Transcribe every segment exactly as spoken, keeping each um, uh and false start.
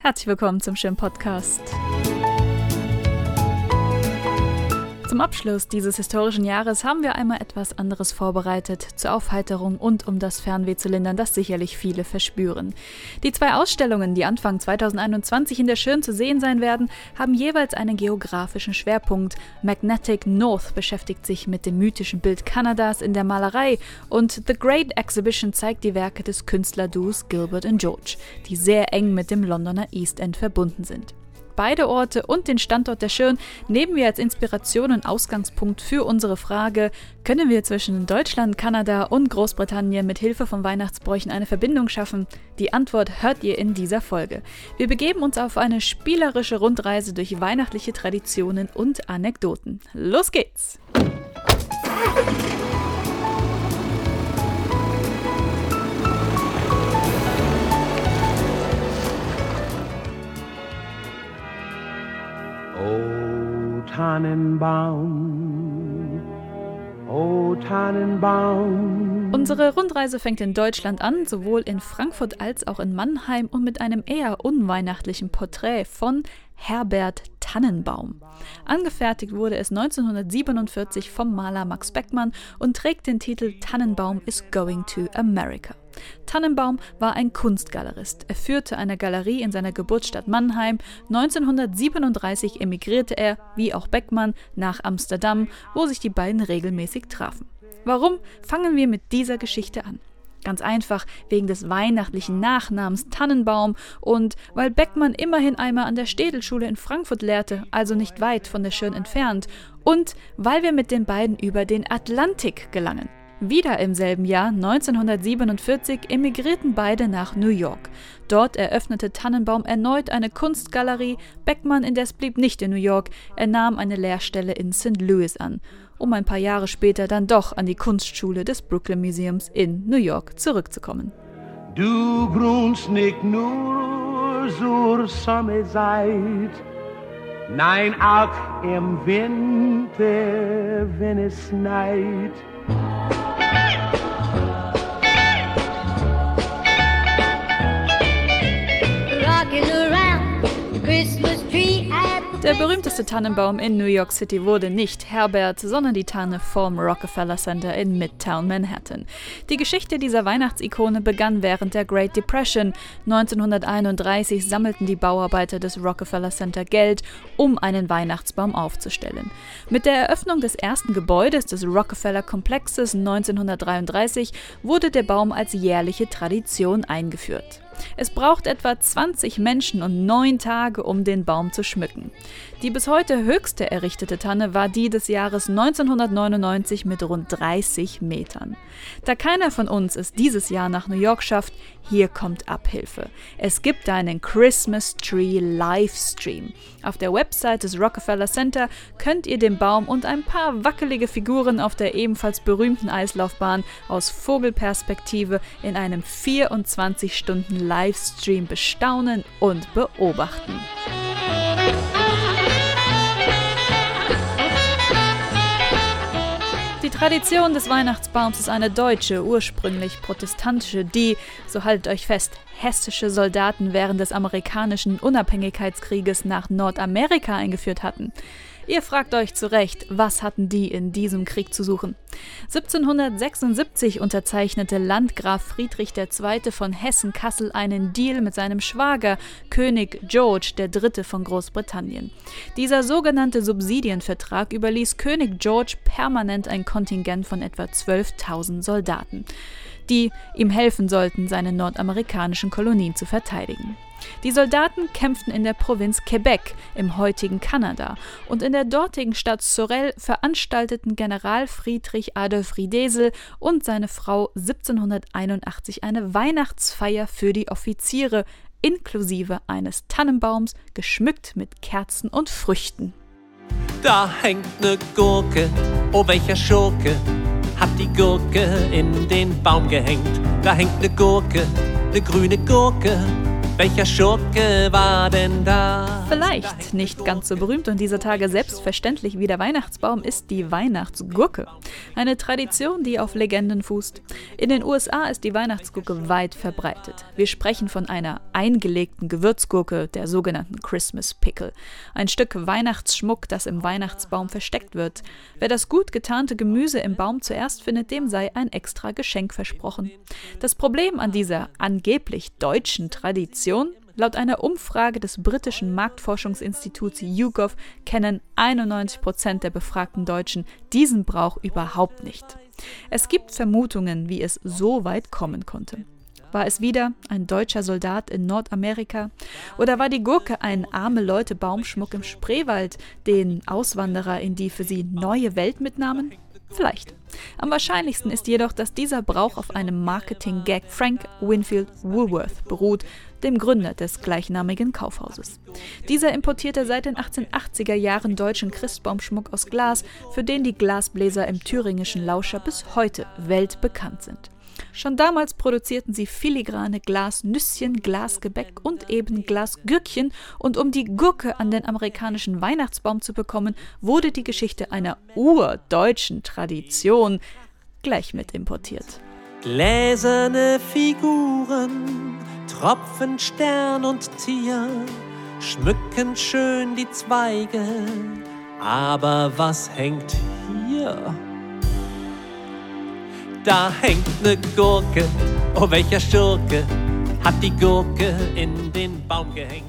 Herzlich willkommen zum schönen Podcast. Zum Abschluss dieses historischen Jahres haben wir einmal etwas anderes vorbereitet, zur Aufheiterung und um das Fernweh zu lindern, das sicherlich viele verspüren. Die zwei Ausstellungen, die Anfang zweitausendeinundzwanzig in der Schön zu sehen sein werden, haben jeweils einen geografischen Schwerpunkt. Magnetic North beschäftigt sich mit dem mythischen Bild Kanadas in der Malerei und The Great Exhibition zeigt die Werke des Künstlerduos Gilbert und George, die sehr eng mit dem Londoner East End verbunden sind. Beide Orte und den Standort der Schön nehmen wir als Inspiration und Ausgangspunkt für unsere Frage, können wir zwischen Deutschland, Kanada und Großbritannien mit Hilfe von Weihnachtsbräuchen eine Verbindung schaffen? Die Antwort hört ihr in dieser Folge. Wir begeben uns auf eine spielerische Rundreise durch weihnachtliche Traditionen und Anekdoten. Los geht's! O Tannenbaum, O Tannenbaum. Unsere Rundreise fängt in Deutschland an, sowohl in Frankfurt als auch in Mannheim und mit einem eher unweihnachtlichen Porträt von Herbert Tannenbaum. Angefertigt wurde es neunzehnhundertsiebenundvierzig vom Maler Max Beckmann und trägt den Titel Tannenbaum is Going to America. Tannenbaum war ein Kunstgalerist. Er führte eine Galerie in seiner Geburtsstadt Mannheim. neunzehnhundertsiebenunddreißig emigrierte er, wie auch Beckmann, nach Amsterdam, wo sich die beiden regelmäßig trafen. Warum fangen wir mit dieser Geschichte an? Ganz einfach wegen des weihnachtlichen Nachnamens Tannenbaum und weil Beckmann immerhin einmal an der Städelschule in Frankfurt lehrte, also nicht weit von der Schön entfernt, und weil wir mit den beiden über den Atlantik gelangen. Wieder im selben Jahr, neunzehnhundertsiebenundvierzig, emigrierten beide nach New York. Dort eröffnete Tannenbaum erneut eine Kunstgalerie. Beckmann indes blieb nicht in New York, er nahm eine Lehrstelle in Sankt Louis an, um ein paar Jahre später dann doch an die Kunstschule des Brooklyn Museums in New York zurückzukommen. Du grunst nicht nur zur Sommerzeit, nein auch im Winter, wenn es schneit. Der berühmteste Tannenbaum in New York City wurde nicht Herbert, sondern die Tanne vom Rockefeller Center in Midtown Manhattan. Die Geschichte dieser Weihnachtsikone begann während der Great Depression. neunzehnhunderteinunddreißig sammelten die Bauarbeiter des Rockefeller Center Geld, um einen Weihnachtsbaum aufzustellen. Mit der Eröffnung des ersten Gebäudes des Rockefeller Komplexes neunzehnhundertdreiunddreißig wurde der Baum als jährliche Tradition eingeführt. Es braucht etwa zwanzig Menschen und neun Tage, um den Baum zu schmücken. Die bis heute höchste errichtete Tanne war die des Jahres neunzehnhundertneunundneunzig mit rund dreißig Metern. Da keiner von uns es dieses Jahr nach New York schafft, hier kommt Abhilfe. Es gibt einen Christmas Tree Livestream. Auf der Website des Rockefeller Center könnt ihr den Baum und ein paar wackelige Figuren auf der ebenfalls berühmten Eislaufbahn aus Vogelperspektive in einem vierundzwanzig Stunden Livestream bestaunen und beobachten. Die Tradition des Weihnachtsbaums ist eine deutsche, ursprünglich protestantische, die, so haltet euch fest, hessische Soldaten während des amerikanischen Unabhängigkeitskrieges nach Nordamerika eingeführt hatten. Ihr fragt euch zu Recht, was hatten die in diesem Krieg zu suchen? siebzehnhundertsechsundsiebzig unterzeichnete Landgraf Friedrich der Zweite von Hessen-Kassel einen Deal mit seinem Schwager, König George der Dritte von Großbritannien. Dieser sogenannte Subsidienvertrag überließ König George permanent ein Kontingent von etwa zwölftausend Soldaten, die ihm helfen sollten, seine nordamerikanischen Kolonien zu verteidigen. Die Soldaten kämpften in der Provinz Quebec im heutigen Kanada und in der dortigen Stadt Sorel veranstalteten General Friedrich Adolf Riedesel und seine Frau siebzehnhunderteinundachtzig eine Weihnachtsfeier für die Offiziere inklusive eines Tannenbaums, geschmückt mit Kerzen und Früchten. Da hängt ne Gurke, oh welcher Schurke, hat die Gurke in den Baum gehängt. Da hängt ne Gurke, ne grüne Gurke, welcher Schurke war denn da? Vielleicht nicht ganz so berühmt und dieser Tage selbstverständlich wie der Weihnachtsbaum ist die Weihnachtsgurke. Eine Tradition, die auf Legenden fußt. In den U S A ist die Weihnachtsgurke weit verbreitet. Wir sprechen von einer eingelegten Gewürzgurke, der sogenannten Christmas Pickle. Ein Stück Weihnachtsschmuck, das im Weihnachtsbaum versteckt wird. Wer das gut getarnte Gemüse im Baum zuerst findet, dem sei ein extra Geschenk versprochen. Das Problem an dieser angeblich deutschen Tradition: laut einer Umfrage des britischen Marktforschungsinstituts YouGov kennen einundneunzig Prozent der befragten Deutschen diesen Brauch überhaupt nicht. Es gibt Vermutungen, wie es so weit kommen konnte. War es wieder ein deutscher Soldat in Nordamerika? Oder war die Gurke ein Arme-Leute-Baumschmuck im Spreewald, den Auswanderer in die für sie neue Welt mitnahmen? Vielleicht. Am wahrscheinlichsten ist jedoch, dass dieser Brauch auf einem Marketing-Gag Frank Winfield Woolworth beruht, dem Gründer des gleichnamigen Kaufhauses. Dieser importierte seit den achtzehnhundertachtziger Jahren deutschen Christbaumschmuck aus Glas, für den die Glasbläser im thüringischen Lauscher bis heute weltbekannt sind. Schon damals produzierten sie filigrane Glasnüsschen, Glasgebäck und eben Glasgürkchen, und um die Gurke an den amerikanischen Weihnachtsbaum zu bekommen, wurde die Geschichte einer urdeutschen Tradition gleich mit importiert. Gläserne Figuren, Tropfen, Stern und Tier, schmücken schön die Zweige, aber was hängt hier? Da hängt ne Gurke, oh welcher Schurke hat die Gurke in den Baum gehängt.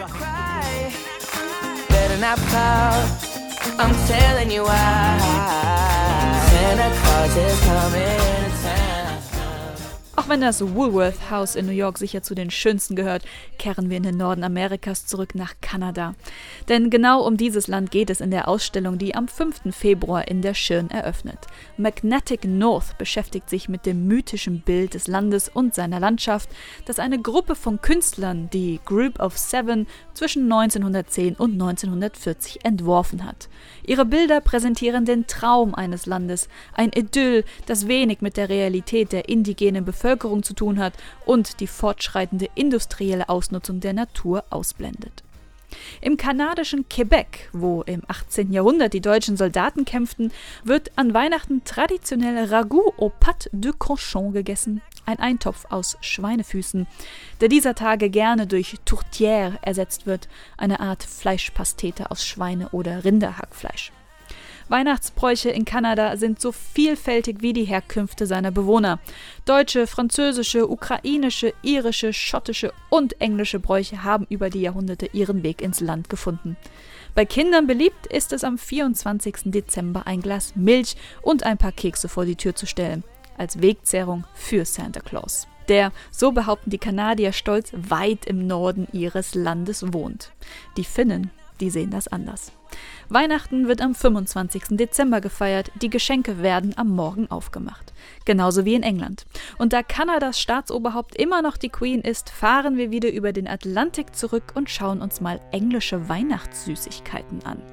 Better not pout, I'm telling you why. Santa Claus is coming to town. Auch wenn das Woolworth House in New York sicher zu den schönsten gehört, kehren wir in den Norden Amerikas zurück nach Kanada. Denn genau um dieses Land geht es in der Ausstellung, die am fünften Februar in der Schirn eröffnet. Magnetic North beschäftigt sich mit dem mythischen Bild des Landes und seiner Landschaft, das eine Gruppe von Künstlern, die Group of Seven, zwischen neunzehnhundertzehn und neunzehnhundertvierzig entworfen hat. Ihre Bilder präsentieren den Traum eines Landes, ein Idyll, das wenig mit der Realität der indigenen Bevölkerung zu tun hat und die fortschreitende industrielle Ausnutzung der Natur ausblendet. Im kanadischen Quebec, wo im achtzehnten Jahrhundert die deutschen Soldaten kämpften, wird an Weihnachten traditionell Ragout aux pâtes de cochon gegessen, ein Eintopf aus Schweinefüßen, der dieser Tage gerne durch Tourtière ersetzt wird, eine Art Fleischpastete aus Schweine- oder Rinderhackfleisch. Weihnachtsbräuche in Kanada sind so vielfältig wie die Herkünfte seiner Bewohner. Deutsche, französische, ukrainische, irische, schottische und englische Bräuche haben über die Jahrhunderte ihren Weg ins Land gefunden. Bei Kindern beliebt ist es am vierundzwanzigsten Dezember ein Glas Milch und ein paar Kekse vor die Tür zu stellen, als Wegzehrung für Santa Claus, der, so behaupten die Kanadier stolz, weit im Norden ihres Landes wohnt. Die Finnen, die sehen das anders. Weihnachten wird am fünfundzwanzigsten Dezember gefeiert, die Geschenke werden am Morgen aufgemacht. Genauso wie in England. Und da Kanadas Staatsoberhaupt immer noch die Queen ist, fahren wir wieder über den Atlantik zurück und schauen uns mal englische Weihnachtssüßigkeiten an.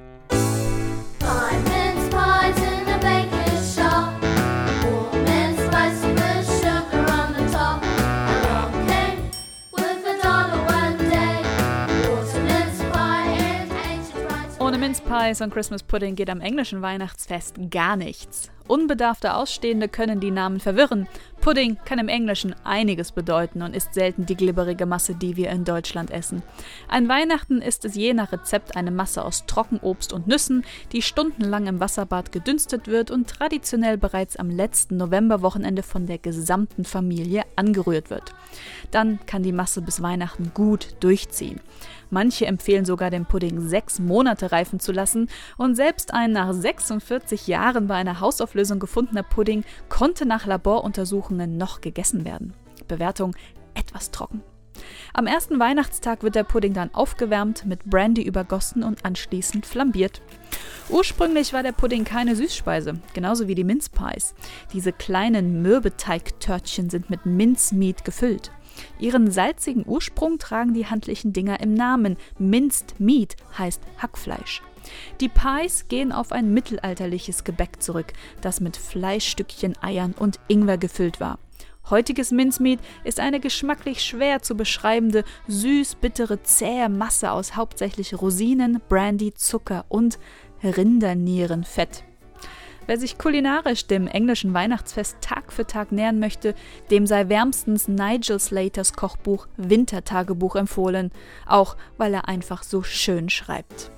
Ohne Mince Pies und Christmas Pudding geht am englischen Weihnachtsfest gar nichts. Unbedarfte Ausstehende können die Namen verwirren. Pudding kann im Englischen einiges bedeuten und ist selten die glibberige Masse, die wir in Deutschland essen. An Weihnachten ist es je nach Rezept eine Masse aus Trockenobst und Nüssen, die stundenlang im Wasserbad gedünstet wird und traditionell bereits am letzten Novemberwochenende von der gesamten Familie angerührt wird. Dann kann die Masse bis Weihnachten gut durchziehen. Manche empfehlen sogar, den Pudding sechs Monate reifen zu lassen, und selbst ein nach sechsundvierzig Jahren bei einer Hausauflösung gefundener Pudding konnte nach Laboruntersuchungen noch gegessen werden. Bewertung: etwas trocken. Am ersten Weihnachtstag wird der Pudding dann aufgewärmt, mit Brandy übergossen und anschließend flambiert. Ursprünglich war der Pudding keine Süßspeise, genauso wie die Mince Pies. Diese kleinen Mürbeteigtörtchen sind mit Mincemeat gefüllt. Ihren salzigen Ursprung tragen die handlichen Dinger im Namen. Minced Meat heißt Hackfleisch. Die Pies gehen auf ein mittelalterliches Gebäck zurück, das mit Fleischstückchen, Eiern und Ingwer gefüllt war. Heutiges Mincemeat ist eine geschmacklich schwer zu beschreibende, süß-bittere, zähe Masse aus hauptsächlich Rosinen, Brandy, Zucker und Rindernierenfett. Wer sich kulinarisch dem englischen Weihnachtsfest Tag für Tag nähern möchte, dem sei wärmstens Nigel Slaters Kochbuch Wintertagebuch empfohlen, auch weil er einfach so schön schreibt.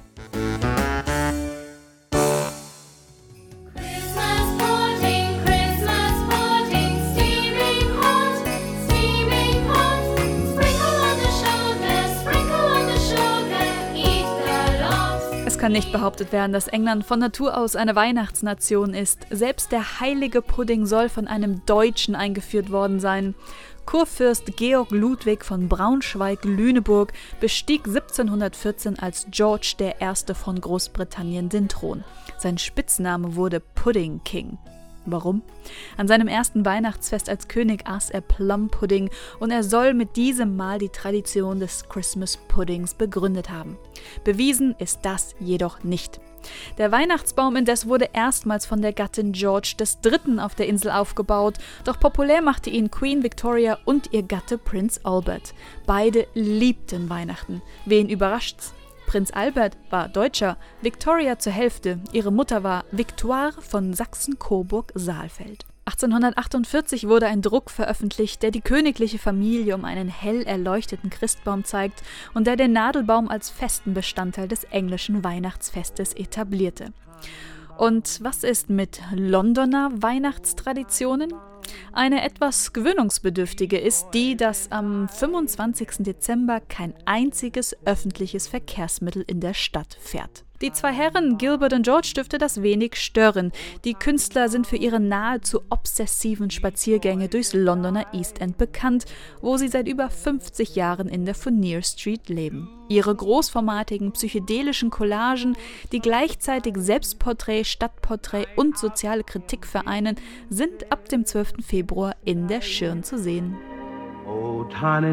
Es kann nicht behauptet werden, dass England von Natur aus eine Weihnachtsnation ist. Selbst der heilige Pudding soll von einem Deutschen eingeführt worden sein. Kurfürst Georg Ludwig von Braunschweig-Lüneburg bestieg siebzehnhundertvierzehn als George der Erste von Großbritannien den Thron. Sein Spitzname wurde Pudding King. Warum? An seinem ersten Weihnachtsfest als König aß er Plum-Pudding und er soll mit diesem Mal die Tradition des Christmas Puddings begründet haben. Bewiesen ist das jedoch nicht. Der Weihnachtsbaum indes wurde erstmals von der Gattin George des Dritten auf der Insel aufgebaut, doch populär machte ihn Queen Victoria und ihr Gatte Prinz Albert. Beide liebten Weihnachten. Wen überrascht's? Prinz Albert war Deutscher, Victoria zur Hälfte, ihre Mutter war Victoire von Sachsen-Coburg-Saalfeld. achtzehnhundertachtundvierzig wurde ein Druck veröffentlicht, der die königliche Familie um einen hell erleuchteten Christbaum zeigt und der den Nadelbaum als festen Bestandteil des englischen Weihnachtsfestes etablierte. Und was ist mit Londoner Weihnachtstraditionen? Eine etwas gewöhnungsbedürftige ist die, dass am fünfundzwanzigsten Dezember kein einziges öffentliches Verkehrsmittel in der Stadt fährt. Die zwei Herren, Gilbert und George, dürfte das wenig stören. Die Künstler sind für ihre nahezu obsessiven Spaziergänge durchs Londoner East End bekannt, wo sie seit über fünfzig Jahren in der Furnier Street leben. Ihre großformatigen psychedelischen Collagen, die gleichzeitig Selbstporträt, Stadtporträt und soziale Kritik vereinen, sind ab dem zwölften Februar in der Schirn zu sehen. O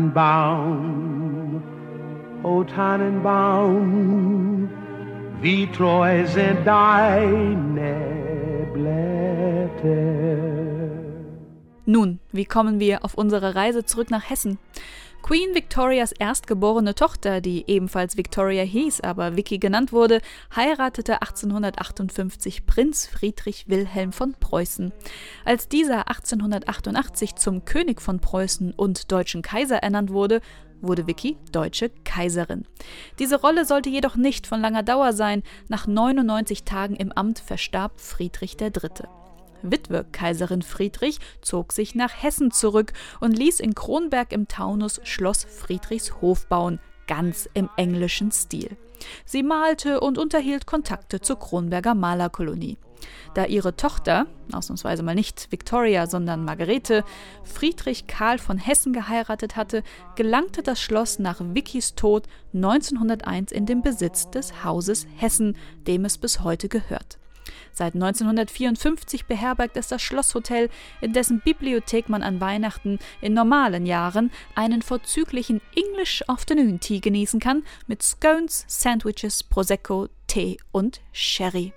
Tannenbaum, O Tannenbaum, wie treu sind deine Blätter. Nun, wie kommen wir auf unsere Reise zurück nach Hessen? Queen Victorias erstgeborene Tochter, die ebenfalls Victoria hieß, aber Vicky genannt wurde, heiratete achtzehnhundertachtundfünfzig Prinz Friedrich Wilhelm von Preußen. Als dieser achtzehnhundertachtundachtzig zum König von Preußen und deutschen Kaiser ernannt wurde, wurde Vicky deutsche Kaiserin. Diese Rolle sollte jedoch nicht von langer Dauer sein. Nach neunundneunzig Tagen im Amt verstarb Friedrich der Dritte. Witwe Kaiserin Friedrich zog sich nach Hessen zurück und ließ in Kronberg im Taunus Schloss Friedrichshof bauen, ganz im englischen Stil. Sie malte und unterhielt Kontakte zur Kronberger Malerkolonie. Da ihre Tochter, ausnahmsweise mal nicht Victoria, sondern Margarete, Friedrich Karl von Hessen geheiratet hatte, gelangte das Schloss nach Vickys Tod neunzehnhunderteins in den Besitz des Hauses Hessen, dem es bis heute gehört. Seit neunzehnhundertvierundfünfzig beherbergt es das Schlosshotel, in dessen Bibliothek man an Weihnachten in normalen Jahren einen vorzüglichen English Afternoon Tea genießen kann, mit Scones, Sandwiches, Prosecco, Tee und Sherry.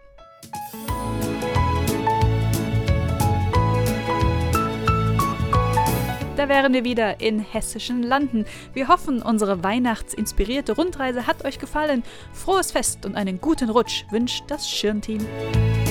Da wären wir wieder in hessischen Landen. Wir hoffen, unsere weihnachtsinspirierte Rundreise hat euch gefallen. Frohes Fest und einen guten Rutsch wünscht das Schirnteam.